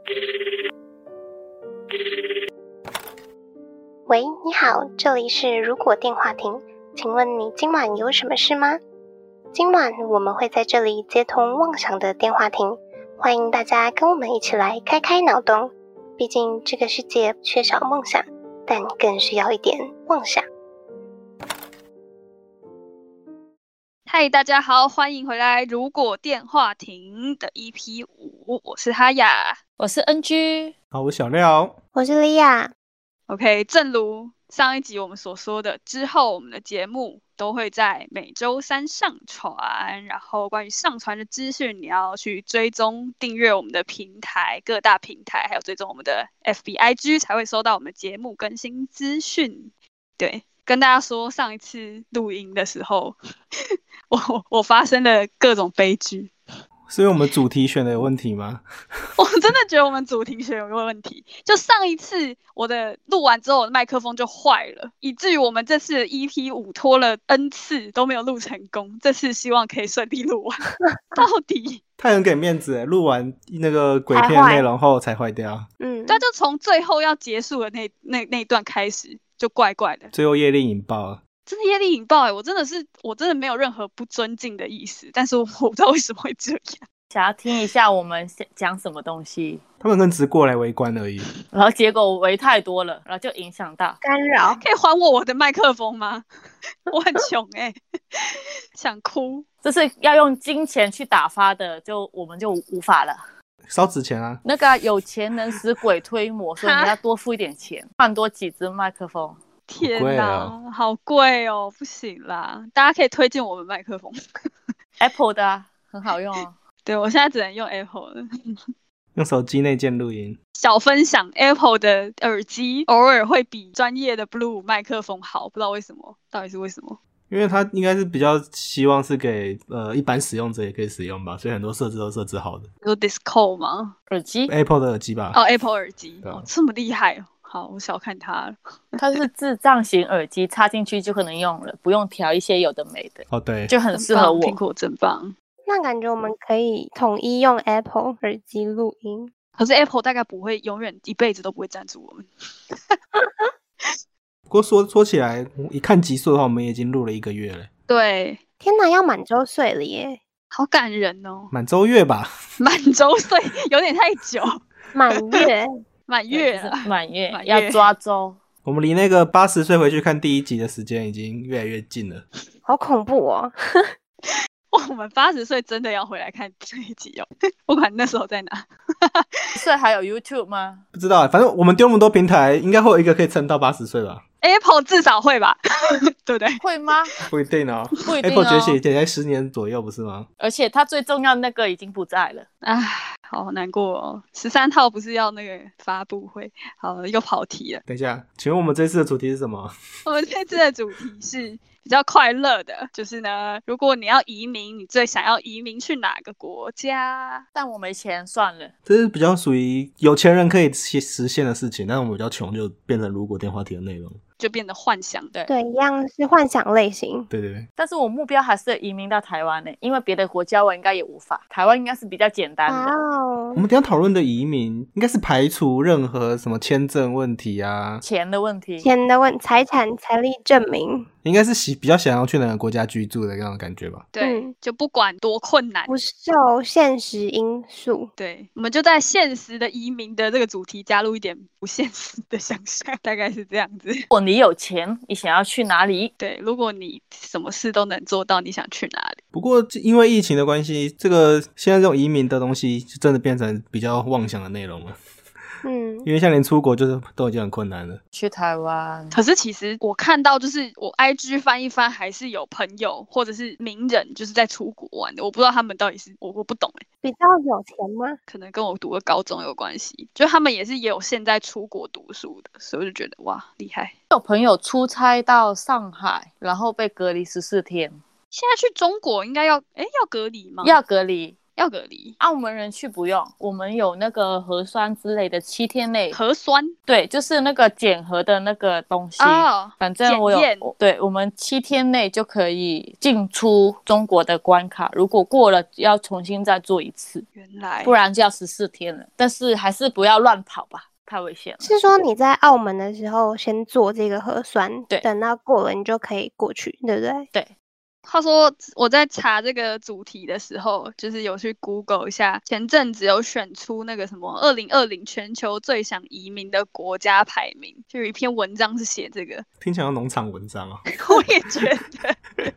喂，你好，这里是如果电话亭，请问你今晚有什么事吗？今晚我们会在这里接通妄想的电话亭，欢迎大家跟我们一起来开开脑洞。毕竟这个世界缺少梦想，但更需要一点妄想。 嗨，大家好，欢迎回来如果电话亭的 EP5，我是哈雅， 我是 NG， 好，我小廖， 我是莉亚。 OK， 正如上一集我们所说的，之后我们的节目都会在每周三上传，然后关于上传的资讯，你要去追踪订阅我们的平台，各大平台，还有追踪我们的 FB、IG， 才会收到我们节目更新资讯。对，跟大家说，上一次录音的时候，我发生了各种悲剧。 是因为我们主题选的有问题吗？ 我真的觉得我们主题选有个问题，就上一次我的录完之后，我的麦克风就坏了，以至于我们这次的 EP5 拖了 N 次都没有录成功。这次希望可以顺利录完。到底太很给面子耶，录完那个鬼片的内容后才坏掉。 对，就从最后要结束的那一段开始就怪怪的， 最后业力引爆了。 真的业力引爆我真的没有任何不尊敬的意思，但是我不知道为什么会这样。 想要听一下我们讲什么东西， 他们只是过来围观而已， 然后结果围太多了，然后就影响到干扰。 可以还我的麦克风吗？我很穷想哭。 这是要用金钱去打发的，我们就无法了。 烧纸钱啊！ 那个有钱能使鬼推磨，所以你要多付一点钱，换多几支麦克风。 天哪，好贵哦，不行啦！大家可以推荐我们麦克风 ，Apple 的啊，很好用哦。 对，我现在只能用 Apple 的， 用手机内建录音。 小分享 Apple 的耳机偶尔会比专业的 Blue 麦克风好，不知道为什么，到底是为什么？ 因为它应该是比较希望是给一般使用者也可以使用吧，所以很多设置都设置好的。 有 Discord 吗？ 耳机 ？Apple 的耳机吧。 哦 ，Apple 耳机，这么厉害哦。好，我小看它了。 它是智障型耳机，插进去就可能用了，不用调一些有的没的。 哦，对， 就很适合我。 苹果真棒。 那感觉我们可以统一用 Apple 耳机录音。 可是 Apple 大概不会永远一辈子都不会赞助我们。 不过说起来，一看集数的话，我们已经录了1个月了。 对， 天哪，要满周岁了耶！ 好感人哦。 满周月吧？ 满周岁有点太久。 满月。 满月了， 满月要抓周。 我们离那个80岁回去看第1集的时间已经越来越近了， 好恐怖哦！ 我们80岁真的要回来看这一集哦，不管那时候在哪。 所以还有 YouTube 吗？ 不知道，反正我们丢那么多平台，应该会有一个可以撑到80岁吧。 Apple 至少会吧，对不对？ 会吗？ 不一定哦， 不一定哦。 Apple 崛起也才10年左右，不是吗？ 而且它最重要的那个已经不在了， 唉，好难过哦。13号不是要那个发布会？好，又跑题了。 等一下，请问我们这次的主题是什么？ 我们这次的主题是比较快乐的，就是呢，如果你要移民，你最想要移民去哪个国家？ 但我没钱，算了。 这是比较属于有钱人可以实现的事情，但是我们比较穷，就变成如果电话亭的内容， 就变得幻想。 对，一样是幻想类型。 对对对。 但是我目标还是移民到台湾呢，因为别的国家我应该也无法，台湾应该是比较简单的。 我们等一下讨论的移民应该是排除任何什么签证问题啊、 钱的问题、 财产、财力证明， 应该是比较想要去哪个国家居住的那种感觉吧。 对，就不管多困难， 不受现实因素。 对，我们就在现实的移民的这个主题加入一点不现实的想象，大概是这样子。 如果你有钱，你想要去哪里？ 对，如果你什么事都能做到，你想去哪里？ 不过因为疫情的关系，这个现在这种移民的东西就真的变成比较妄想的内容了。因为像连出国就是都已经很困难了。 去台湾， 可是其实我看到就是我 IG 翻一翻，还是有朋友或者是名人就是在出国玩的，我不知道他们到底是我不懂比较有钱吗？ 可能跟我读的高中有关系，就他们也有现在出国读书的，所以我就觉得哇厉害。 有朋友出差到上海，然后被隔离14天。 现在去中国应该要隔离吗？ 要隔离。 要隔离。 澳门人去不用，我们有那个核酸之类的，7天内。 核酸？ 对，就是那个检核的那个东西。反正我有，对，我们7天内就可以进出中国的关卡，如果过了要重新再做一次。 原来， 不然就要14天了。但是还是不要乱跑吧，太危险了。 是说你在澳门的时候先做这个核酸， 对， 等到过了你就可以过去，对不对？ 对。 话说我在查这个主题的时候，就是有去 Google 一下，前阵子有选出那个什么2020全球最想移民的国家排名，就有一篇文章是写这个， 听起来像农场文章啊。 我也觉得。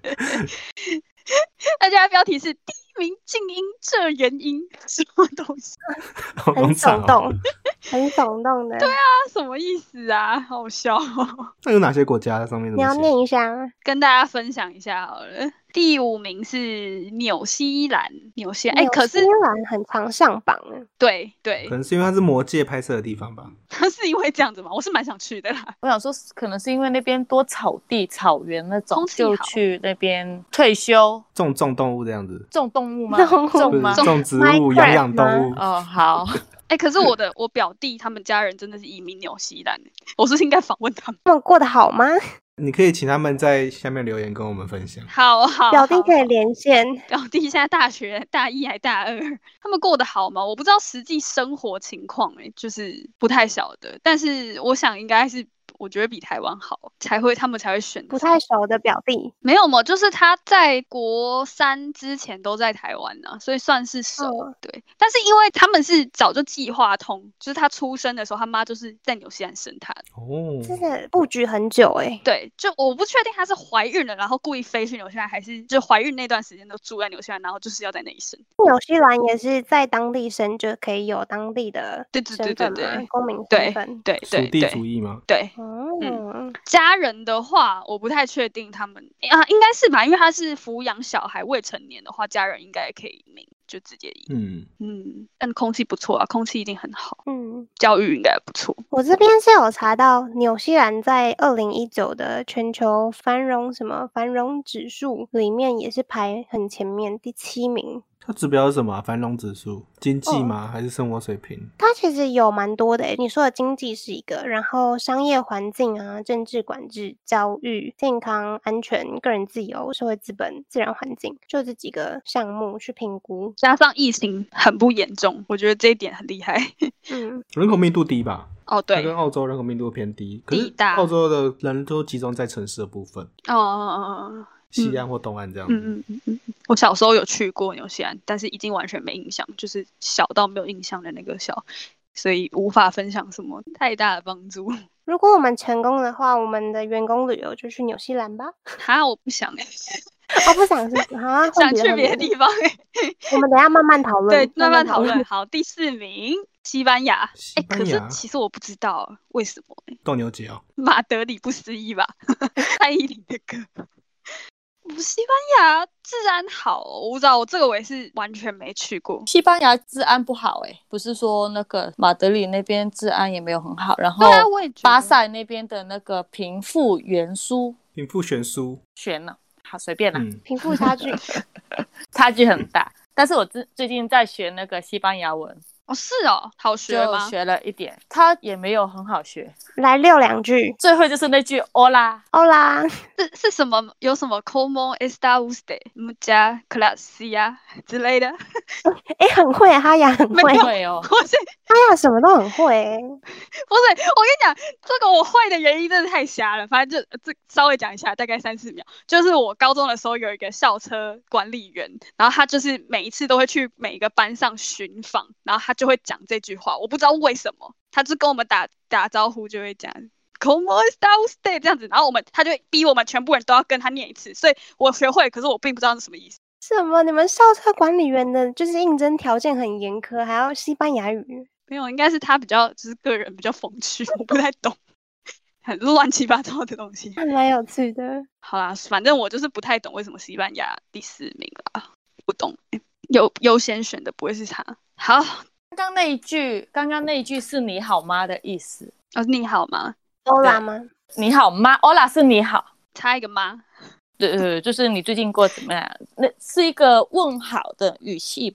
大家的标题是第一名静音这原因，什么东西？ 很耸动，很耸动的。 对啊，什么意思啊？好笑哦。 那有哪些国家上面？ 你要念一下吗？ 跟大家分享一下好了。第5名是纽西兰，可是纽西兰很常上榜。 对， 可能是因为它是魔戒拍摄的地方吧。 是因为这样子吗？我是蛮想去的啦。 我想说，可能是因为那边多草地、草原那种，就去那边退休， 种动物这样子。 种动物吗？ 种吗？ 种植物、养动物。 哦，好。 可是我表弟他们家人真的是移民纽西兰，我是应该访问他们。 他们过得好吗？ 你可以请他们在下面留言跟我们分享。 好， 表弟可以连线。 表弟现在大学大1还大2，他们过得好吗？我不知道实际生活情况，就是不太晓得。但是我想应该是，我觉得比台湾好，他们才会选。 不太熟的表弟没有嘛，就是他在国3之前都在台湾呢，所以算是熟。对，但是因为他们是早就计划通，就是他出生的时候，他妈就是在纽西兰生他的。 真的布局很久对，就我不确定他是怀孕了，然后故意飞去纽西兰，还是就怀孕那段时间都住在纽西兰，然后就是要在那里生。 纽西兰也是在当地生就可以有当地的身份吗？公民身份。 对， 属地主义吗？ 对。家人的话我不太确定他们应该是吧，因为他是抚养小孩未成年的话，家人应该也可以移民，就直接移。但空气不错啊，空气一定很好。教育应该不错。 我这边是有查到纽西兰在2019的全球繁荣指数里面也是排很前面，第7名。 它指标是什么？繁荣指数？经济吗？还是生活水平？ 它其实有蛮多的。你说的经济是一个，然后商业环境啊、政治管制、教育、健康、安全、个人自由、社会资本、自然环境，就这几个项目去评估。 加上疫情很不严重，我觉得这一点很厉害。 人口密度低吧？ 对， 它跟澳洲人口密度偏低，可是澳洲的人都集中在城市的部分。西岸或东岸这样。 我小时候有去过纽西兰，但是已经完全没印象，就是小到没有印象的那个小，所以无法分享什么太大的帮助。 如果我们成功的话，我们的员工旅游就去纽西兰吧。 我不想不想是想去别的地方。 我们等一下慢慢讨论。 对，慢慢讨论。好，第4名西班牙。可是其实我不知道为什么。 斗牛节马德里不思议吧？蔡依林的歌。西班牙治安好我不知道，这个我也是完全没去过。 西班牙治安不好不是说那个马德里那边治安也没有很好，然后巴塞那边的那个贫富悬殊悬了，好随便啦。 贫富差距差距很大，但是我最近在学那个西班牙文。 是好学吗？ 就学了一点，它也没有很好学。 来6-2句， 最会就是那句 Hola， 是什么？有什么 Como está usted mucha clase 之类的？ 很会哈雅很会哈雅什么都很会。 不是，我跟你讲，这个我会的原因真的太瞎了。反正就这稍微讲一下，大概3-4秒。就是我高中的时候有一个校车管理员，然后他就是每一次都会去每一个班上巡访，然后他就会讲这句话，我不知道为什么，他就跟我们打招呼就会讲 Como está usted 这样子，然后他就逼我们全部人都要跟他念一次，所以我学会，可是我并不知道是什么意思。 什么？你们校车管理员的就是应征条件很严苛，还要西班牙语？ 没有，应该是他比较就是个人比较风趣，我不太懂，很乱七八糟的东西， 还蛮有趣的。 好啦，反正我就是不太懂为什么西班牙第4名啦，不懂，优先选的不会是他。好， 刚刚那一句是你好吗的意思。 你好吗 ？Hola 吗？ 你好吗 ？Hola 是你好， 差一个吗？ 对，就是你最近过怎么样？那是一个问好的语气吧。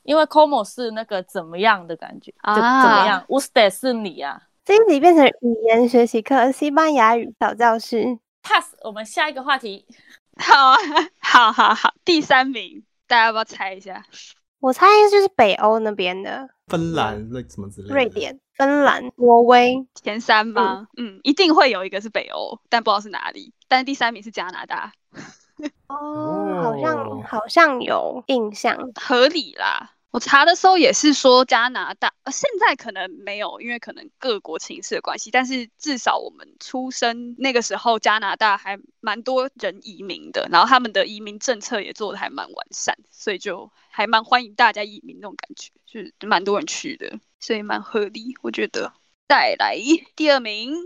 因为 como 是那个怎么样的感觉怎么样 usted 是你啊。 这一集变成语言学习课，西班牙语小教室。 pass 我们下一个话题。 好啊，好，第3名大家要不要猜一下？ 我猜就是北欧那边的， 芬兰什么之类的， 瑞典、芬兰、挪威。 前3吗？一定会有一个是北欧，但不知道是哪里。但是第3名是加拿大。 好像有印象， 合理啦。我查的时候也是说加拿大，现在可能没有，因为可能各国情势的关系，但是至少我们出生那个时候，加拿大还蛮多人移民的，然后他们的移民政策也做得还蛮完善，所以就还蛮欢迎大家移民那种感觉，就是蛮多人去的，所以蛮合理，我觉得。再来第2名，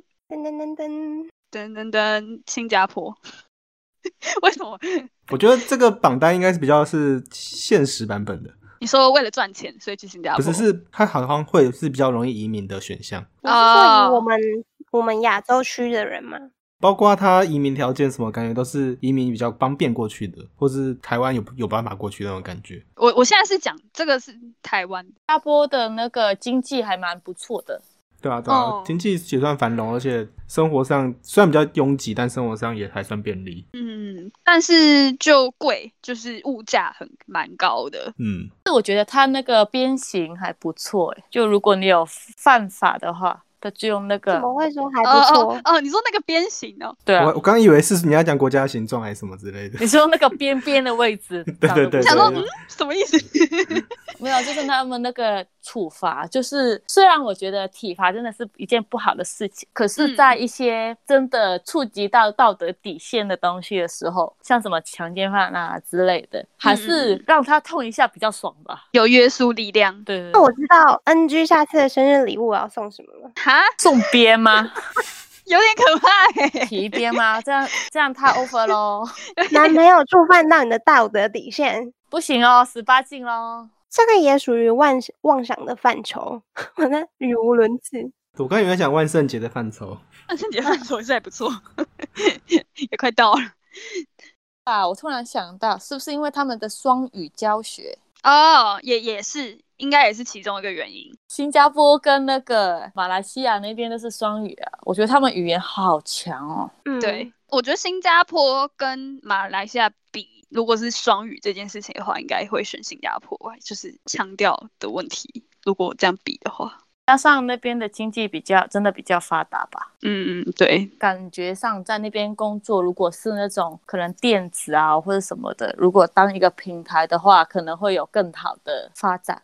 噔，新加坡。为什么？ 我觉得这个榜单应该是比较是现实版本的。 你说为了赚钱所以去新加坡？ 不是，是它好像会是比较容易移民的选项。 你是说以我们亚洲区的人吗？ 包括它移民条件什么，感觉都是移民比较方便过去的，或是台湾有办法过去的那种感觉。 我现在是讲这个是台湾，新加坡的那个经济还蛮不错的。 对啊，经济也算繁荣，而且生活上虽然比较拥挤，但生活上也还算便利。 但是就贵，就是物价蛮高的。 我觉得它那个鞭刑还不错耶，就如果你有犯法的话，他就用那个。 怎么会说还不错？ 你说那个鞭刑哦？ 对啊， 我刚以为是你要讲国家形状还是什么之类的。 你说那个边边的位置？ 对， 想说什么意思？ 没有，就是他们那个处罚，就是虽然我觉得体罚真的是一件不好的事情，可是在一些真的触及到道德底线的东西的时候，像什么强奸犯啊之类的，还是让他痛一下比较爽吧， 有约束力量。 对。 那我知道 NG 下次的生日礼物我要送什么了。 哈？ 送鞭吗？ 有点可怕提鞭吗？这样太 over 咯。 男朋友触犯到你的道德底线， 不行哦，18禁咯。 这个也属于妄想的范畴，我的语无伦次。 我刚以为讲万圣节的范畴， 万圣节范畴是还不错，也快到了。 我突然想到，是不是因为他们的双语教学？ 也是，应该也是其中一个原因。 新加坡跟那个马来西亚那边都是双语啊，我觉得他们语言好强哦。 对，我觉得新加坡跟马来西亚比，如果是双语这件事情的话，应该会选新加坡，就是腔调的问题。如果这样比的话， 加上那边的经济真的比较发达吧。 对， 感觉上在那边工作，如果是那种可能电子啊或者什么的，如果当一个平台的话，可能会有更好的发展。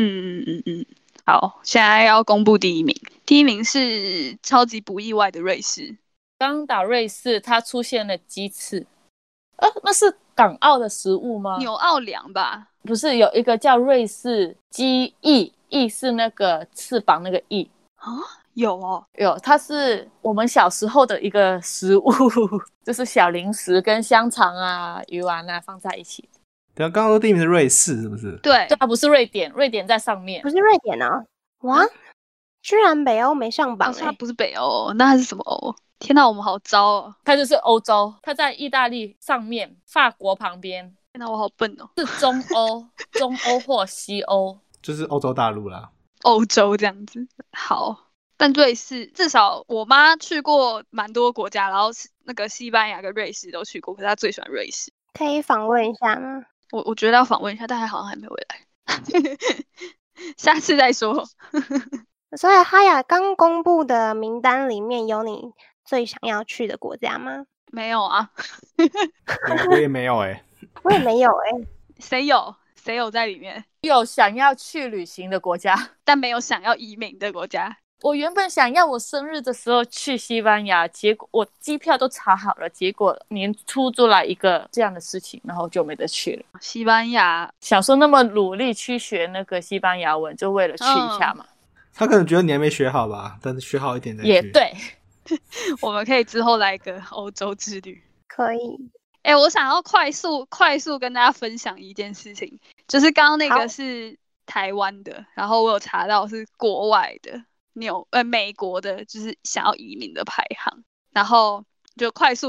好，现在要公布第1名。第1名是超级不意外的瑞士。 刚打瑞士，它出现了鸡翅。那是港澳的食物吗？ 纽奥良吧？ 不是，有一个叫瑞士鸡翼，翼是那个翅膀那个翼啊？有， 它是我们小时候的一个食物，就是小零食跟香肠啊、鱼丸啊放在一起。 对啊，刚刚说第1名是瑞士，是不是？ 对， 它不是瑞典，瑞典在上面。 不是瑞典啊？哇，居然北欧没上榜它不是北欧，那它是什么欧？天哪，我们好糟哦！ 它就是欧洲，它在意大利上面，法国旁边。 天哪，我好笨哦！ 是中欧或西欧， 就是欧洲大陆啦。 欧洲这样子。好，但瑞士至少我妈去过蛮多国家，然后那个西班牙跟瑞士都去过，可是她最喜欢瑞士。 可以访问一下吗？ 我觉得要访问一下，但好像还没回来，下次再说。 所以哈雅刚公布的名单里面有你最想要去的国家吗？ 没有啊。 我也没有我也没有谁有在里面？ 有想要去旅行的国家， 但没有想要移民的国家。 我原本想要我生日的时候去西班牙，结果我机票都查好了，结果年初做来一个这样的事情，然后就没得去了。 西班牙想说那么努力去学那个西班牙文，就为了去一下嘛。 他可能觉得你还没学好吧，但是学好一点再去。 也对。 我们可以之后来一个欧洲之旅。 可以。 我想要快速跟大家分享一件事情，就是刚刚那个是台湾的，然后我有查到是国外的美国的，就是想要移民的排行，然后就快速讲。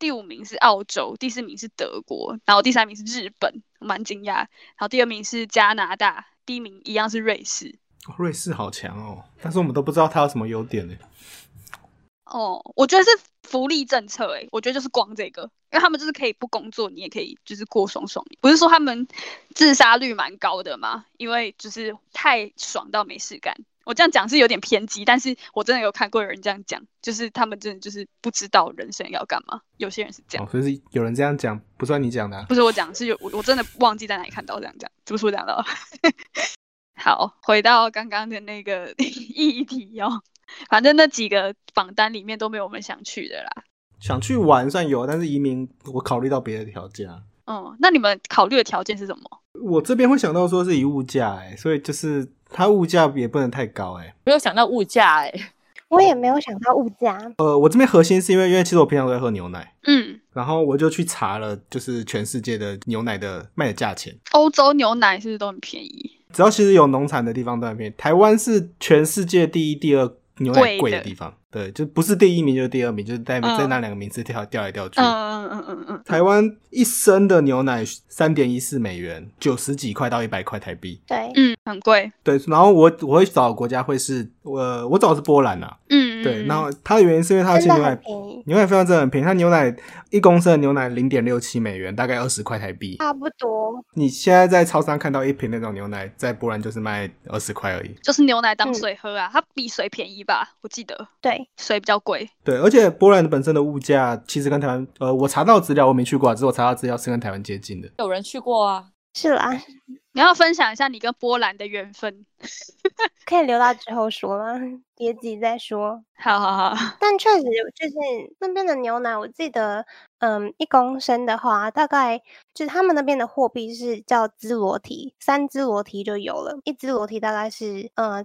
第5名是澳洲，第4名是德国，然后第3名是日本，我蛮惊讶。然后第2名是加拿大，第1名一样是瑞士。 瑞士好强哦，但是我们都不知道它有什么优点呢。 我觉得是福利政策我觉得就是光这个，因为他们就是可以不工作，你也可以就是过爽爽。不是说他们自杀率蛮高的吗？因为就是太爽到没事干。我这样讲是有点偏激，但是我真的有看过有人这样讲，就是他们真的就是不知道人生要干嘛。有些人是这样， 所以是有人这样讲，不算你讲的不是我讲，是我真的忘记在哪里看到这样讲，不是我讲的好，回到刚刚的那个议题反正那几个榜单里面都没有我们想去的啦。 想去玩算有，但是移民我考虑到别的条件那你们考虑的条件是什么？ 我这边会想到说是以物价所以就是它物价也不能太高没有想到物价我也没有想到物价。 我这边核心是因为其实我平常都在喝牛奶，然后我就去查了，就是全世界的牛奶的卖的价钱。 欧洲牛奶是不是都很便宜？ 只要其实有农产的地方都很便宜。台湾是全世界第1、第2牛奶贵的地方，对，就不是第1名就是第2名，就是在那2个名次调来调去。台湾1升的牛奶3.14美元，90几块到100块台币。 对， 很贵。 对，然后我会找的国家会是我找的是波兰对，然后它的原因是因为它的牛奶非常真的很便宜，它牛奶1公升的牛奶0.67美元，大概20块台币， 差不多。 你现在在超商看到1瓶那种牛奶，在波兰就是卖20块而已， 就是牛奶当水喝它比水便宜吧？我记得， 对， 水比较贵。 对，而且波兰本身的物价其实跟台湾，我查到资料我没去过只是我查到资料是跟台湾接近的。 有人去过啊？ 是啦。 你要分享一下你跟波兰的缘分可以留到之后说吗？别急再说。 好。但确实就是那边的牛奶，我记得1公升的话，大概就是他们那边的货币是叫兹罗提，3兹罗提就有了。1兹罗提大概是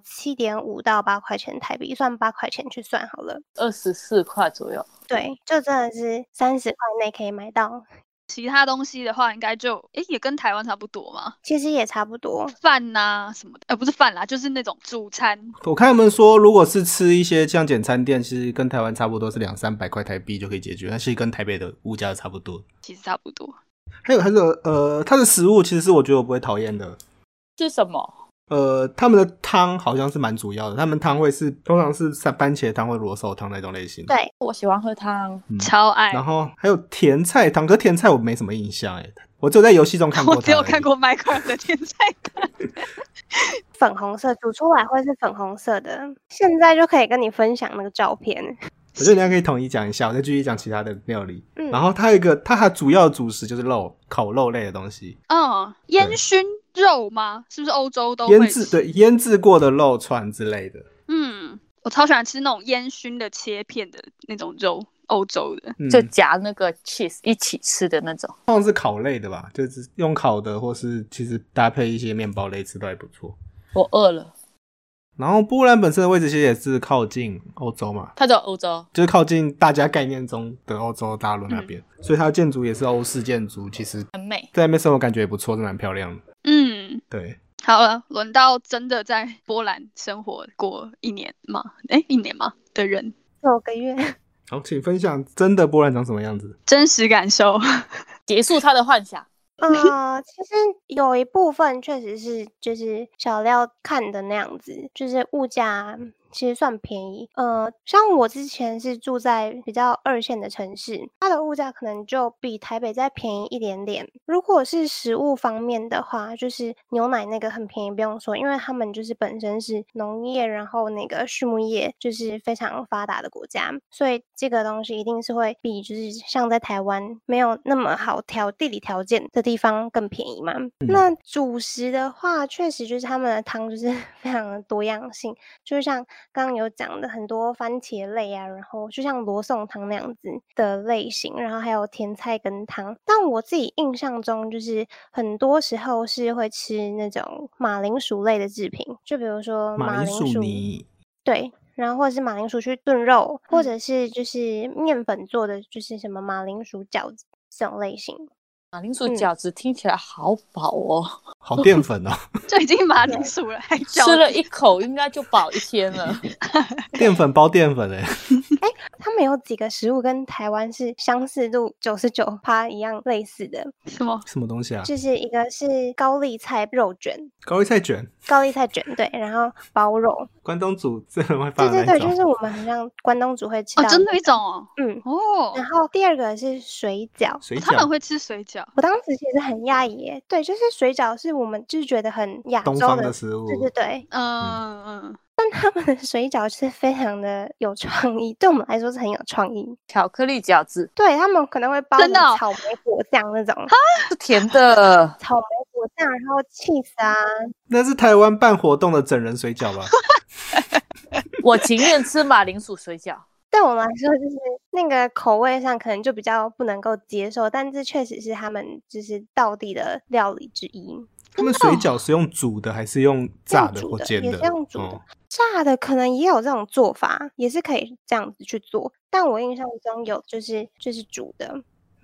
7.5到8块钱台币，算8块钱去算好了 ，24块左右。 对，就真的是30块内可以买到。 其他东西的话应该就也跟台湾差不多嘛。 其实也差不多， 饭什么的，不是饭啦，就是那种主餐。 我看他们说如果是吃一些像简餐店，其实跟台湾差不多是200-300块台币就可以解决，但其实跟台北的物价差不多。 其实差不多。 还有它的食物其实是我觉得我不会讨厌的。 是什么？ 他们的汤好像是蛮主要的，他们汤会是通常是番茄汤或罗寿汤那种类型的。 对， 我喜欢喝汤， 超爱。 然后还有甜菜汤，可是甜菜我没什么印象我只有在游戏中看过它。 我只有看过Minecraft的甜菜汤粉红色，煮出来会是粉红色的。现在就可以跟你分享那个照片。 我觉得你可以统一讲一下，我再继续讲其他的料理。然后它有一个，它主要的主食就是烤肉类的东西。 烟熏肉吗？是不是欧洲都会腌制过的肉串之类的。 我超喜欢吃那种烟熏的切片的那种肉，欧洲的， 就夹那个 cheese 一起吃的那种。 通常是烤类的吧，就是用烤的，或是其实搭配一些面包类吃都还不错。 我饿了。 然后波兰本身的位置其实也是靠近欧洲嘛， 它叫欧洲， 就是靠近大家概念中的欧洲大陆那边，所以它的建筑也是欧式建筑，其实很美， 在那边生活感觉也不错，是蛮漂亮的。对。 好了，轮到真的在波兰生活过1年吗？1年吗的人 ？9个月。 好，请分享真的波兰长什么样子， 真实感受， 结束他的幻想。 其实有一部分确实是就是小料看的那样子，就是物价其实算便宜。像我之前是住在比较2线的城市，它的物价可能就比台北再便宜一点点。如果是食物方面的话，就是牛奶那个很便宜，不用说，因为他们就是本身是农业，然后那个畜牧业就是非常发达的国家，所以这个东西一定是会比就是像在台湾没有那么好地理条件的地方更便宜嘛。那主食的话，确实就是他们的汤就是非常的多样性，就是像刚刚有讲的很多番茄类啊，然后就像罗宋汤那样子的类型，然后还有甜菜根汤。但我自己印象中就是很多时候是会吃那种马铃薯类的制品，就比如说马铃薯泥，对，然后或者是马铃薯去炖肉，或者是就是面粉做的就是什么马铃薯饺子这种类型。 马铃薯饺子听起来好饱哦， 好淀粉哦， 就已经马铃薯了，还吃了1口应该就饱1天了。 淀粉包淀粉他们有几个食物跟台湾是相似度99%一样类似的。 什么东西啊？ 就是一个是高丽菜肉卷。 高丽菜卷， 对，然后包肉。 关东煮这个会放的那种。 对，就是我们很像关东煮会吃到的。 真的一种哦。 然后第二个是水饺。 他们会吃水饺。 我当时其实很讶异耶。对，就是水饺是我们就是觉得很亚洲东方的食物。 对。但他们的水饺是非常的有创意，对我们来说是很有创意。 巧克力饺子。 对，他们可能会包草莓果酱那种。 是甜的。 草莓果酱，然后 cheese 啊。 那是台湾办活动的整人水饺吧？ 我情愿吃马铃薯水饺。 对我们来说，就是那个口味上可能就比较不能够接受，但这确实是他们就是道地的料理之一。 他们水饺是用煮的还是用炸的或煎的？ 也是用煮的。炸的可能也有这种做法，也是可以这样子去做。但我印象中有就是煮的。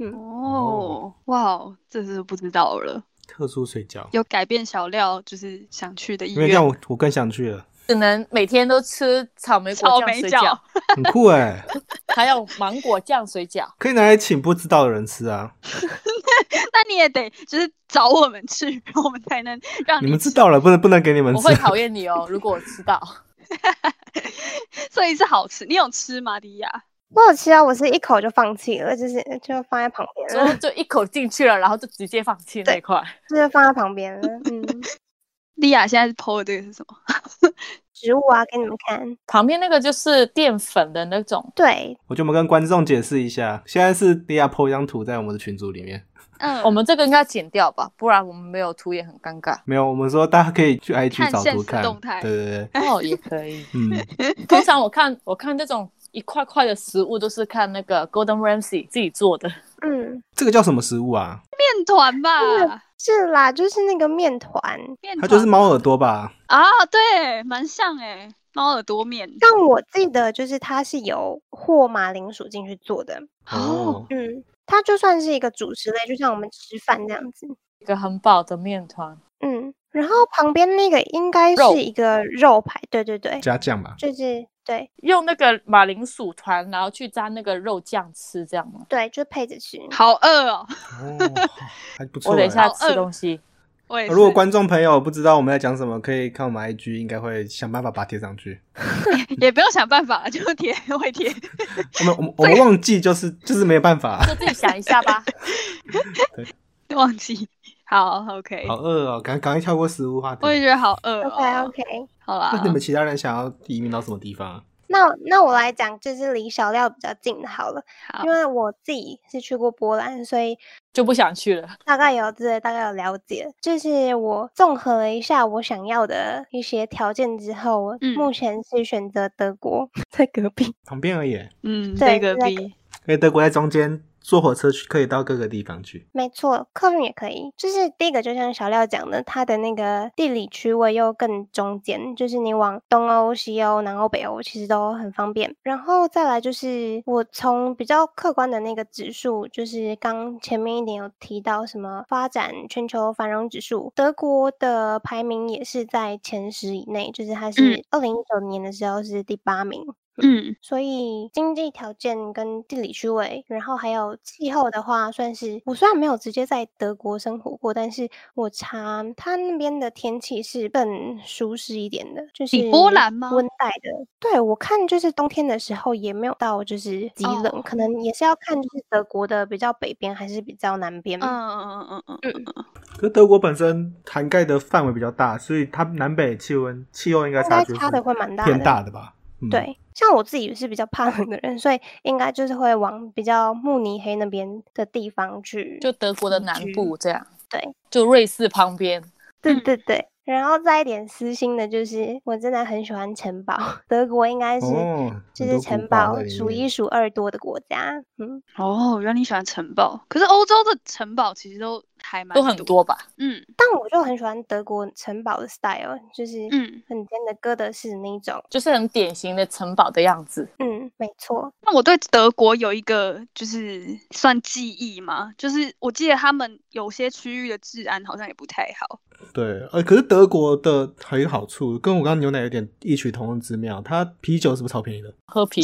哇，这是不知道了。 特殊水饺有改变小料，就是想去的意愿。 因为这样我更想去了。 只能每天都吃草莓果酱水饺， 很酷哎！ 还有芒果酱水饺， 可以拿来请不知道的人吃啊。 那你也得就是找我们去，我们才能让你们知道了，不能给你们吃。 我会讨厌你哦，如果我吃到。 所以是好吃，你有吃吗，迪亚？ 我有吃啊，我是一口就放弃了，就放在旁边了， 就一口进去了，然后就直接放弃那一块， 就是放在旁边了。 莉亚现在是 po 的这个是什么？ 植物啊，给你们看。 旁边那个就是淀粉的那种。 对， 我就我们跟观众解释一下，现在是莉亚 po 一张图在我们的群组里面。 我们这个应该剪掉吧，不然我们没有图也很尴尬。 没有，我们说大家可以去 IG 找图看。 动态。 对。 也可以。通常我看这种一块块的食物都是看那个 Gordon Ramsay 自己做的。 这个叫什么食物啊？ 面团吧。 是啦，就是那个面团。 它就是猫耳朵吧？ 啊，对，蛮像欸，猫耳朵面。 但我记得就是它是有和马铃薯进去做的。它就算是一个主食类，就像我们吃饭这样子， 一个很饱的面团。 然后旁边那个应该是一个肉排，对， 加酱吧， 就是对， 用那个马铃薯团，然后去沾那个肉酱吃，这样吗？ 对，就配着吃。 好饿哦！ 还不错。 我等一下吃东西。 如果观众朋友不知道我们在讲什么，可以看我们 IG， 应该会想办法把它贴上去。 也不用想办法，就贴会贴。 我们忘记就是没有办法， 就自己想一下吧。 对，忘记。好 ，OK。 好饿哦，赶快跳过食物话题。 我也觉得好饿哦。OK， 好啦。 那你们其他人想要移民到什么地方啊？ 那我来讲，就是离小料比较近的好了。因为我自己是去过波兰，所以就不想去了。 大概有了解。就是我综合了一下我想要的一些条件之后，目前是选择德国，在隔壁旁边而已。 在隔壁。 因为德国在中间。坐火车去可以到各个地方去， 没错，客运也可以。就是第一个，就像小廖讲的，它的那个地理区位又更中间，就是你往东欧、西欧、南欧、北欧其实都很方便。然后再来就是我从比较客观的那个指数，就是刚前面一点有提到什么发展全球繁荣指数，德国的排名也是在前10以内，就是它是2019年的时候是第8名。所以经济条件跟地理区位，然后还有气候的话，算是我虽然没有直接在德国生活过，但是我查它那边的天气是更舒适一点的，就是比波兰吗？ 温带的。对，我看就是冬天的时候也没有到就是极冷，可能也是要看就是德国的比较北边还是比较南边。 可是德国本身涵盖的范围比较大，所以它南北气候应该差的会蛮大的， 偏大的吧。 对，像我自己是比较怕冷的人，所以应该就是会往比较慕尼黑那边的地方去， 就德国的南部这样。 对， 就瑞士旁边。 对。然后再一点私心的就是，我真的很喜欢城堡，德国应该是就是城堡数1数2多的国家。 原来你喜欢城堡，可是欧洲的城堡其实都还蛮都很多吧。 但我就很喜欢德国城堡的 style， 就是很尖的哥德式那种， 就是很典型的城堡的样子。 没错。 那我对德国有一个就是算记忆嘛，就是我记得他们有些区域的治安好像也不太好。 对，可是德国的还有好处，跟我刚刚牛奶有点异曲同工之妙，它啤酒是不是超便宜的？ 喝啤酒。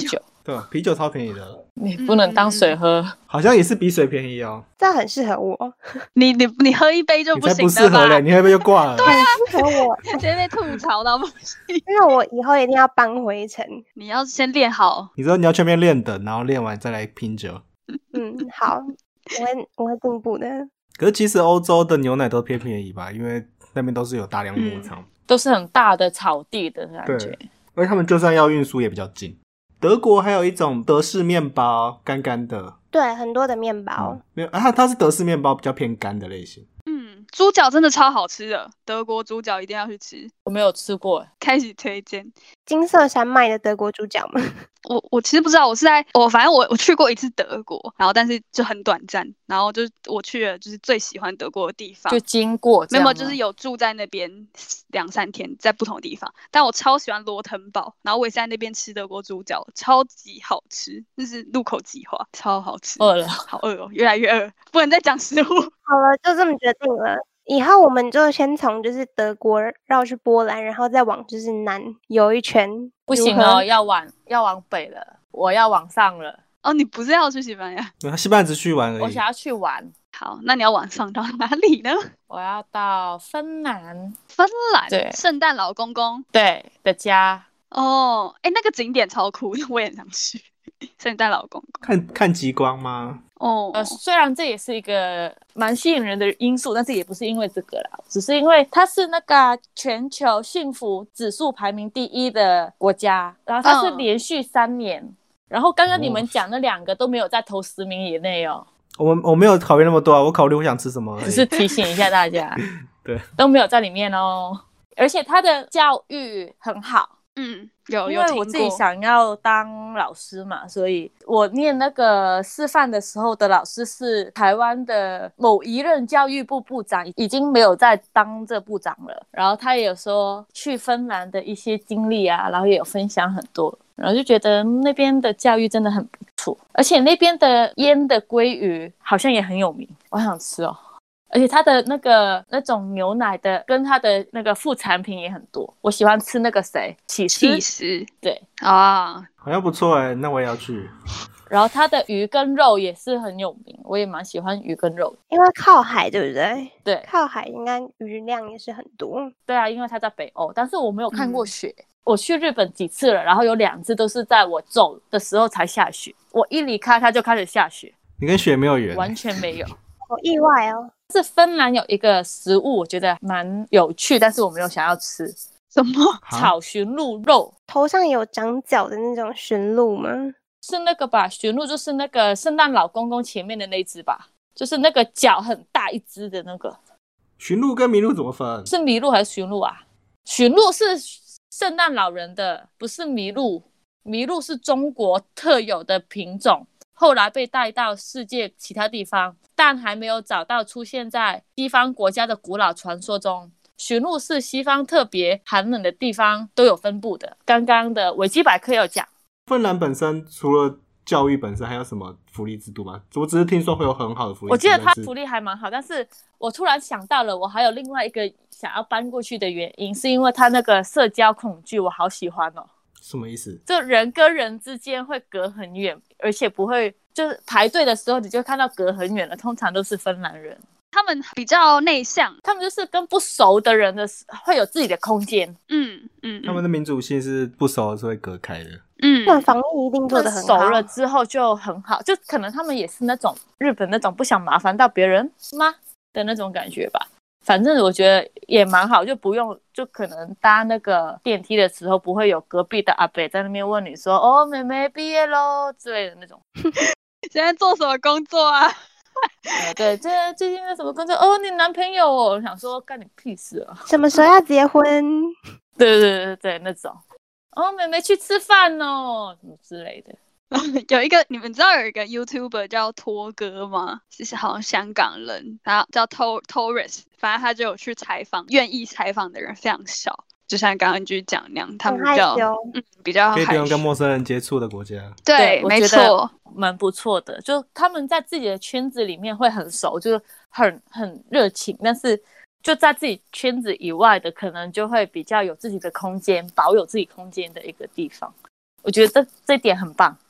对，啤酒超便宜的， 你不能当水喝， 好像也是比水便宜哦。 这很适合我。 你喝一杯就不行了吧？ 你才不适合嘞，你喝一杯就挂了。 对啊，很适合我， 直接被吐槽到不行。 因为我以后一定要搬回城。 你要先练好。 你说你要全面练等，然后练完再来拼酒。 好，我会进步的。 可是其实欧洲的牛奶都偏便宜吧，因为那边都是有大量牧场， 都是很大的草地的感觉。 对，而且他们就算要运输也比较近。德国还有一种德式面包，干干的。 对，很多的面包。 没有啊，它是德式面包，比较偏干的类型。 猪脚真的超好吃的，德国猪脚一定要去吃。 我没有吃过， 开始推荐金色山脉的德国猪脚吗？ 我其实不知道，反正我去过一次德国，然后但是就很短暂，然后就是我去了就是最喜欢德国的地方， 就经过这样吗？ 没有，就是有住在那边2-3天，在不同的地方。但我超喜欢罗滕堡，然后我也在那边吃德国猪脚，超级好吃，就是入口即化，超好吃。 饿了， 好饿哦，越来越饿，不能再讲食物。 好了，就这么决定了。以后我们就先从就是德国绕去波兰，然后再往就是南游一圈。 不行哦，要往北了，我要往上了。 哦，你不是要去西班牙？ 西班牙只去玩而已。 我想要去玩。 好，那你要往上到哪里呢？ 我要到芬兰。 芬兰， 对， 圣诞老公公对的家。 哦，那个景点超酷，我也很想去。圣诞老公公看极光吗？ 虽然这也是一个蛮吸引人的因素，但是也不是因为这个啦，只是因为它是那个全球幸福指数排名第1的国家，然后它是连续3年，然后刚刚你们讲的2个都没有在头10名以内哦。 我没有考虑那么多啊，我考虑我想吃什么而已， 只是提醒一下大家， 对， 都没有在里面哦。而且它的教育很好。 有因为我自己想要当老师嘛，所以我念那个师范的时候的老师是台湾的某一任教育部部长，已经没有在当这部长了。然后他也有说去芬兰的一些经历啊，然后也有分享很多，然后就觉得那边的教育真的很不错，而且那边的腌的鲑鱼好像也很有名，我想吃哦。而且它的那种牛奶的跟它的那个副产品也很多，我喜欢吃那个起司，对啊， 好像不错哎，那我也要去。 然后它的鱼跟肉也是很有名，我也蛮喜欢鱼跟肉， 因为靠海，对不对？ 对， 靠海应该鱼量也是很多。 对啊，因为它在北欧，但是我没有看过雪。我去日本几次了，然后有2次都是在我走的时候才下雪，我一离开它就开始下雪。 你跟雪没有缘， 完全没有。 好意外哦。 是芬兰有一个食物我觉得蛮有趣，但是我没有想要吃。 什么？ 炒驯鹿肉。 头上有长角的那种驯鹿吗？ 是那个吧，驯鹿就是那个圣诞老公公前面的那只吧，就是那个脚很大一只的那个。 驯鹿跟麋鹿怎么分？ 是麋鹿还是驯鹿啊？驯鹿是圣诞老人的，不是麋鹿。麋鹿是中国特有的品种，后来被带到世界其他地方，但还没有找到出现在西方国家的古老传说中。驯鹿是西方特别寒冷的地方都有分布的，刚刚的维基百科有讲。 芬兰本身除了教育本身还有什么福利制度吗？我只是听说会有很好的福利制度。 我记得它福利还蛮好，但是我突然想到了，我还有另外一个想要搬过去的原因，是因为它那个社交恐惧我好喜欢哦。 什么意思？ 就人跟人之间会隔很远，而且不会就是排队的时候你就看到隔很远了，通常都是芬兰人。 他们比较内向， 他们就是跟不熟的人的会有自己的空间。 他们的民主性是不熟是会隔开的。 那防疫一定做得很好。 熟了之后就很好，就可能他们也是那种日本那种不想麻烦到别人吗的那种感觉吧。反正我觉得也蛮好，就不用就可能搭那个电梯的时候不会有隔壁的阿伯在那边问你说哦妹妹毕业咯之类的那种。 现在做什么工作啊？ 对，最近有什么工作？哦，你男朋友哦，我想说干你屁事啊！ 什么时候要结婚？ 对，那种。哦，妹妹去吃饭哦，什么之类的。 有一个，你们知道有一个 YouTuber 叫托哥吗？是好像香港人，他叫 Torres， 反正他就有去采访，愿意采访的人非常少，就像刚刚NG讲那样，他们比较可以不用跟陌生人接触的国家。 对，没错， 蛮不错的。就他们在自己的圈子里面会很熟，就是很热情，但是就在自己圈子以外的，可能就会比较有自己的空间，保有自己空间的一个地方。我觉得这点很棒。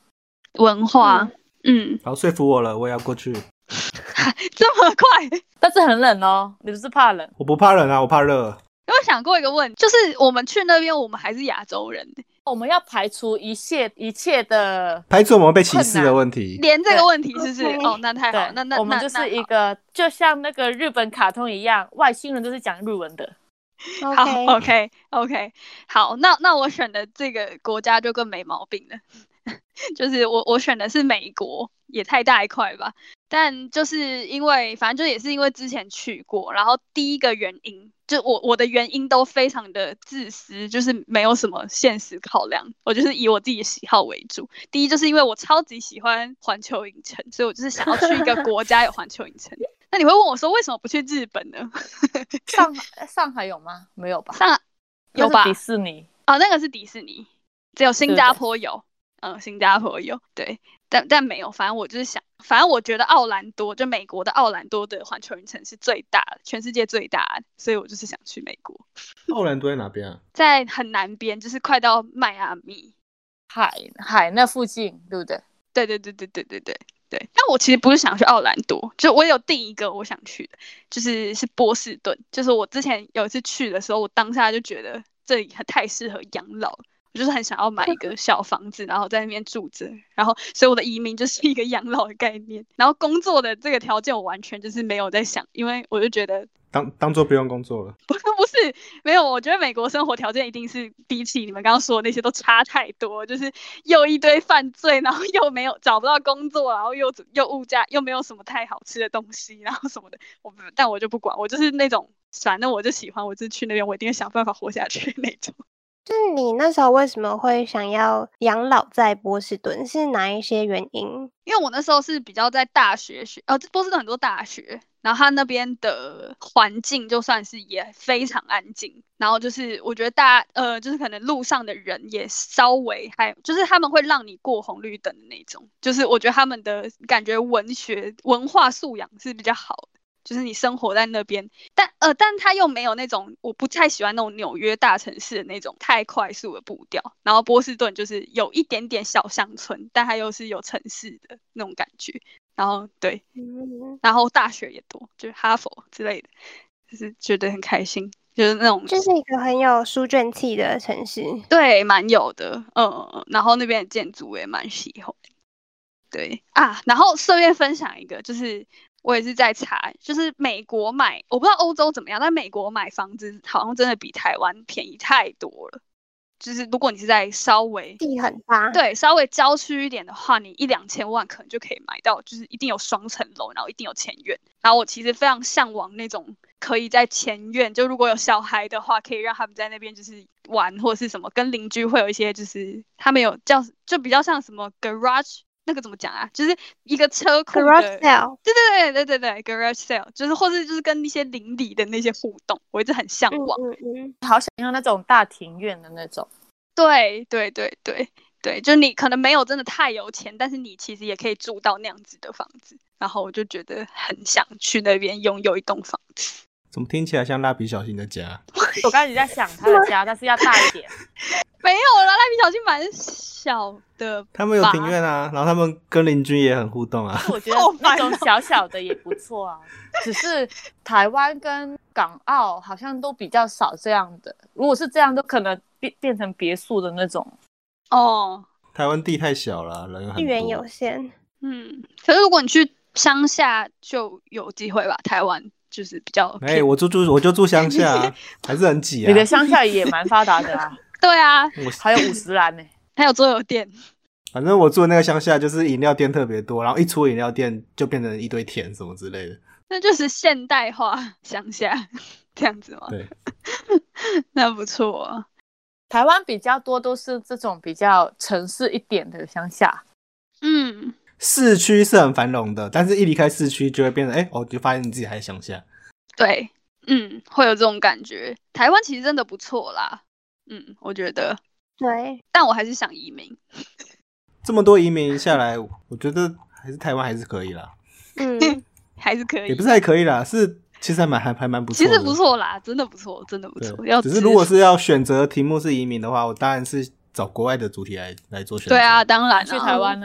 文化。 好，说服我了，我也要过去。 这么快？ 但是很冷哦，你不是怕冷？ 我不怕冷啊，我怕热。 有没有想过一个问题，就是我们去那边，我们还是亚洲人， 我们要排除一切的排除我们被歧视的问题， 连这个问题是不是？哦，那太好，那我们就是一个就像那个日本卡通一样，外星人都是讲日文的。 好 ，OK， 好，那我选的这个国家就更没毛病了，就是我选的是美国，也太大一块吧。但就是因为反正就也是因为之前去过，然后第一个原因就我的原因都非常的自私，就是没有什么现实考量，我就是以我自己的喜好为主。第一就是因为我超级喜欢环球影城，所以我就是想要去一个国家有环球影城。那你会问我说为什么不去日本呢？ 上海有吗？没有吧？ 有吧？ 迪士尼哦，那个是迪士尼，只有新加坡有。新加坡有，对，但没有。反正我就是想，反正我觉得奥兰多，就美国的奥兰多的环球影城是最大的，全世界最大的，所以我就是想去美国。 奥兰多在哪边啊？ 在很南边，就是快到迈阿密海那附近，对不对？ 对。但我其实不是想去奥兰多，就我有定一个我想去的，是波士顿。就是我之前有一次去的时候，我当下就觉得这里太适合养老了。我就是很想要买一个小房子，然后在那边住着，然后所以我的移民就是一个养老的概念。然后工作的这个条件我完全就是没有在想，因为我就觉得当做不用工作了。 不是，没有，我觉得美国生活条件一定是比起你们刚刚说的那些都差太多，就是又一堆犯罪，然后又没有找不到工作，然后又物价又没有什么太好吃的东西，然后什么的，但我就不管，我就是那种反正我就喜欢，我就去那边，我一定会想办法活下去那种。 就是你那时候为什么会想要养老在波士顿？是哪一些原因？ 因为我那时候是比较在大学波士顿很多大学，然后它那边的环境就算是也非常安静，然后就是我觉得就是可能路上的人也稍微就是他们会让你过红绿灯的那种，就是我觉得他们的感觉文化素养是比较好的。就是你生活在那边，但他又没有那种我不太喜欢那种纽约大城市的那种太快速的步调，然后波士顿就是有一点点小乡村，但它又是有城市的那种感觉，然后对，然后大学也多，就是哈佛之类的，就是觉得很开心，就是那种就是一个很有书卷气的城市， 对，蛮有的，然后那边的建筑我也蛮喜欢，对啊，然后顺便分享一个就是。我也是在查，就是美国买，我不知道欧洲怎么样，但美国买房子好像真的比台湾便宜太多了。就是如果你是在稍微地很大， 对，稍微郊区一点的话，你1-2千万可能就可以买到，就是一定有双层楼，然后一定有前院。然后我其实非常向往那种可以在前院，就如果有小孩的话，可以让他们在那边就是玩或者是什么，跟邻居会有一些就是他们有就比较像什么 garage。那个怎么讲啊？就是一个车库的 garage sale， 对 garage sale， 就是或是就是跟一些邻里的那些互动，我一直很向往。 好想要那种大庭院的那种。 对，就你可能没有真的太有钱，但是你其实也可以住到那样子的房子。然后我就觉得很想去那边拥有一栋房子。 怎么听起来像蜡笔小新的家？ 我刚才在想他的家，但是要大一点。 没有啦，蜡笔小新蛮小的。 他们有庭院啊，然后他们跟邻居也很互动啊。 我觉得那种小小的也不错啊，只是台湾跟港澳好像都比较少这样的。如果是这样，都可能变成别墅的那种。 哦， 台湾地太小了，人很多， 资源有限。 可是如果你去乡下就有机会吧，台湾。就是比较我就住乡下，还是很挤啊。 你的乡下也蛮发达的啊。 对啊， 还有50岚呢， 还有桌游店。 反正我住的那个乡下就是饮料店特别多，然后一出饮料店就变成一堆田什么之类的。 那就是现代化乡下这样子吗？ 对， 那不错啊。 台湾比较多都是这种比较城市一点的乡下。 市区是很繁荣的，但是一离开市区就会变成就发现你自己还在乡下。 对，会有这种感觉。台湾其实真的不错啦，我觉得。 对， 但我还是想移民。 这么多移民下来，我觉得还是台湾还是可以啦。 还是可以， 也不是还可以啦，是其实还蛮不错的。 其实不错啦，真的不错，真的不错。 只是如果是要选择题目是移民的话，我当然是找国外的主题来做选择。 对啊，当然去台湾呢？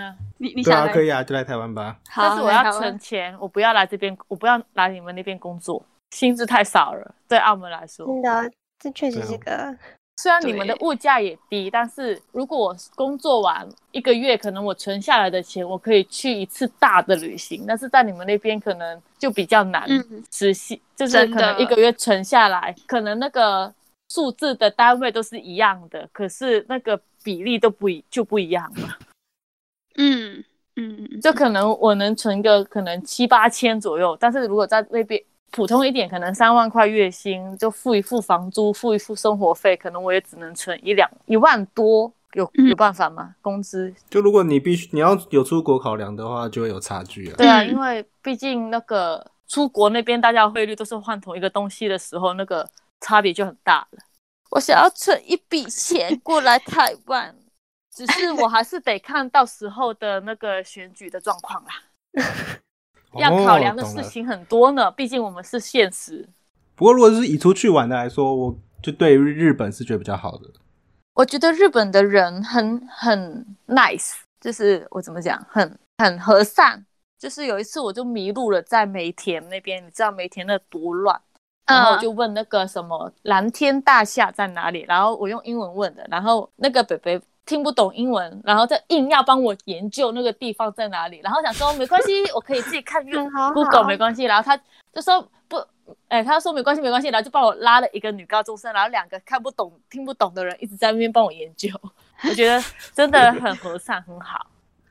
你想对啊，可以啊，就来台湾吧。 但是我要存钱，我不要来这边，我不要来你们那边工作，薪资太少了，对澳门来说。 真的，这确实是个。 虽然你们的物价也低，但是如果我工作完1个月，可能我存下来的钱，我可以去一次大的旅行，但是在你们那边可能就比较难实现，就是可能1个月存下来，可能那个数字的单位都是一样的，可是那个比例就不一样了。就可能我能存个可能7、8千左右，但是如果在那边普通一点，可能3万块月薪，就付一付房租，付一付生活费，可能我也只能存1万多，有办法吗？工资就如果你要有出国考量的话，就会有差距啊。 对啊，因为毕竟那个出国那边大家汇率都是换同一个东西的时候，那个差别就很大了。我想要存一笔钱过来台湾，只是我还是得看到时候的那个选举的状况啦。要考量的事情很多呢，毕竟我们是现实。 不过如果是以出去玩的来说，我就对日本是觉得比较好的。 我觉得日本的人很 nice， 就是我怎么讲，很和善。就是有一次我就迷路了，在梅田那边，你知道梅田那多乱，然后我就问那个什么蓝天大厦在哪里，然后我用英文问的，然后那个北北听不懂英文，然后再硬要帮我研究那个地方在哪里，然后想说没关系，我可以自己看Google 没关系，然后他就说不，他说没关系，然后就帮我拉了一个女高中生，然后2个看不懂听不懂的人一直在那边帮我研究，我觉得真的很和善很好。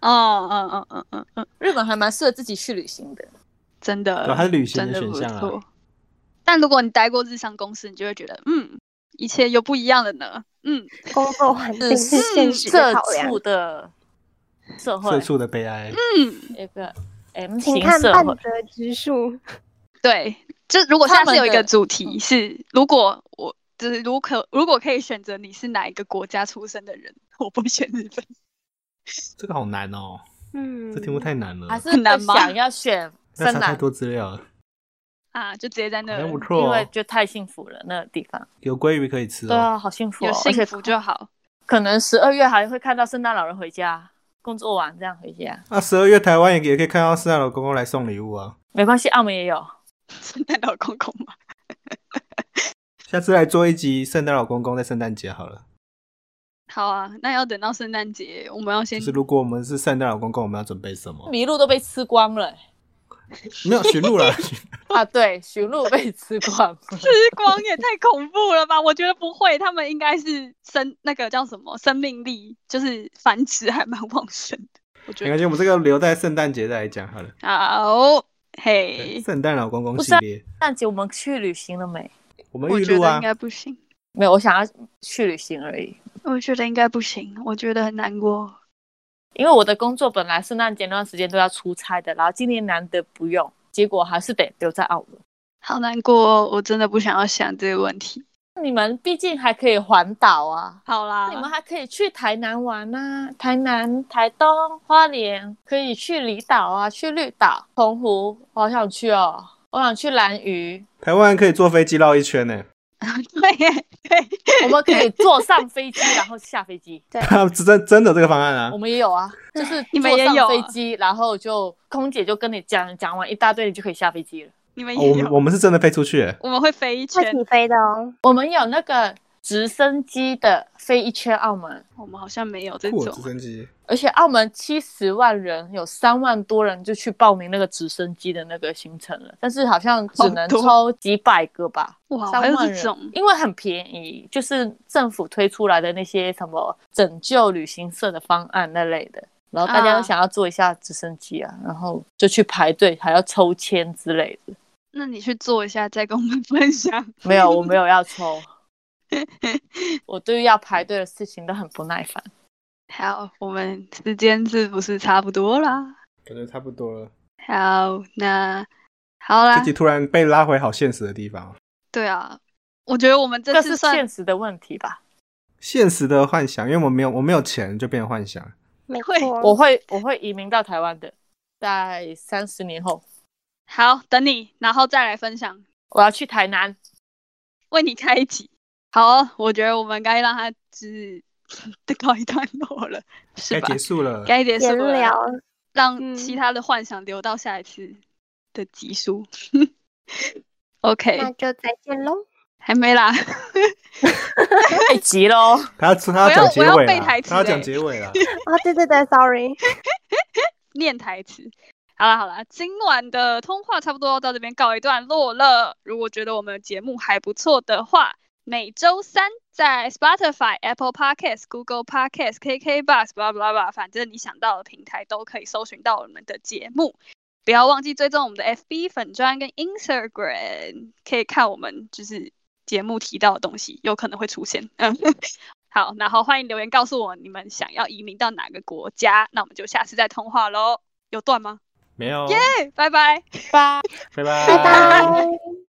日本还蛮适合自己去旅行的， 真的， 对，它是旅行的选项啊。 但如果你待过日商公司，你就会觉得一切又不一样了呢。 工作环境是现实的考量。 社畜的社会， 社畜的悲哀。 一个 M 型社会。 请看半泽直树。 对，就如果下次有一个主题是，如果可以选择你是哪一个国家出生的人，我不选日本。 这个好难哦。这题目太难了。 还是很难吗？想要选深蓝，太多资料了。 就直接在那， 不错， 因为就太幸福了，那个地方有鲑鱼可以吃。 对啊，好幸福， 有幸福就好。 可能12月还会看到圣诞老人回家，工作完这样回家。 12月台湾也可以看到圣诞老公公来送礼物啊。 没关系，澳门也有圣诞老公公嘛。 下次来做一集圣诞老公公在圣诞节好了。 好啊，那要等到圣诞节，我们要先。 就是如果我们是圣诞老公公，我们要准备什么？ 麋鹿都被吃光了。 没有驯鹿了对，驯鹿被吃光吃光也太恐怖了吧。我觉得不会，他们应该是那个叫什么生命力，就是繁殖还蛮旺盛的。我觉得没关系，我们这个留在圣诞节再来讲好了。 好，嘿， 圣诞老公公系列。 圣诞节我们去旅行了没？ 我们预录啊， 应该不行。 没有，我想要去旅行而已。 我觉得应该不行，我觉得很难过。 因为我的工作本来圣诞节那段时间都要出差的，然后今年难得不用，结果还是得留在澳门。 好难过，我真的不想要想这个问题。 你们毕竟还可以环岛啊。 好啦， 你们还可以去台南玩啊，台南、台东、花莲，可以去离岛啊，去绿岛、澎湖，我好想去哦，我想去兰屿。 台湾可以坐飞机绕一圈呢。 对， 我们可以坐上飞机然后下飞机。 对， 真的这个方案啊， 我们也有啊，就是你们也有坐上飞机，然后就空姐就跟你讲完一大堆，你就可以下飞机了。 你们也有， 我们是真的飞出去， 我们会飞一圈， 会起飞的哦。 我们有那个直升机的飞一圈澳门， 我们好像没有这种直升机。 而且澳门70万人，有3万多人就去报名那个直升机的那个行程了，但是好像只能抽几百个吧。 哇 ，3万人，因为很便宜，就是政府推出来的那些什么拯救旅行社的方案那类的，然后大家都想要坐一下直升机啊，然后就去排队，还要抽签之类的。 那你去做一下，再跟我们分享。 没有，我没有要抽。我对于要排队的事情都很不耐烦。 好，我们时间是不是差不多啦？ 感觉差不多了。 好，那好啦。 自己突然被拉回好现实的地方。 对啊，我觉得我们这是现实的问题吧。 现实的幻想，因为我没有钱，就变成幻想。 没错， 我会移民到台湾的，在30年后。 好，等你，然后再来分享。 我要去台南， 为你开一集。好，我觉得我们该让他就是都告一段落了，是吧？ 该结束了， 该结束了， 聊让其他的幻想留到下一次的集数。OK， 那就再见喽。 还没啦， 太急喽！ 他要讲结尾了， 我要背台词， 他要讲结尾了。 啊，对对对 ，sorry， 念台词。好啦，今晚的通话差不多到这边告一段落了。如果觉得我们的节目还不错的话，每周三在 Spotify、Apple Podcasts、Google Podcasts、KKBox， 反正你想到的平台都可以搜寻到我们的节目。不要忘记追踪我们的 FB 粉专跟 Instagram， 可以看我们就是节目提到的东西，有可能会出现。好，然后欢迎留言告诉我你们想要移民到哪个国家，那我们就下次再通话咯。有断吗？ 没有。 耶，拜拜， 拜拜拜， 拜拜。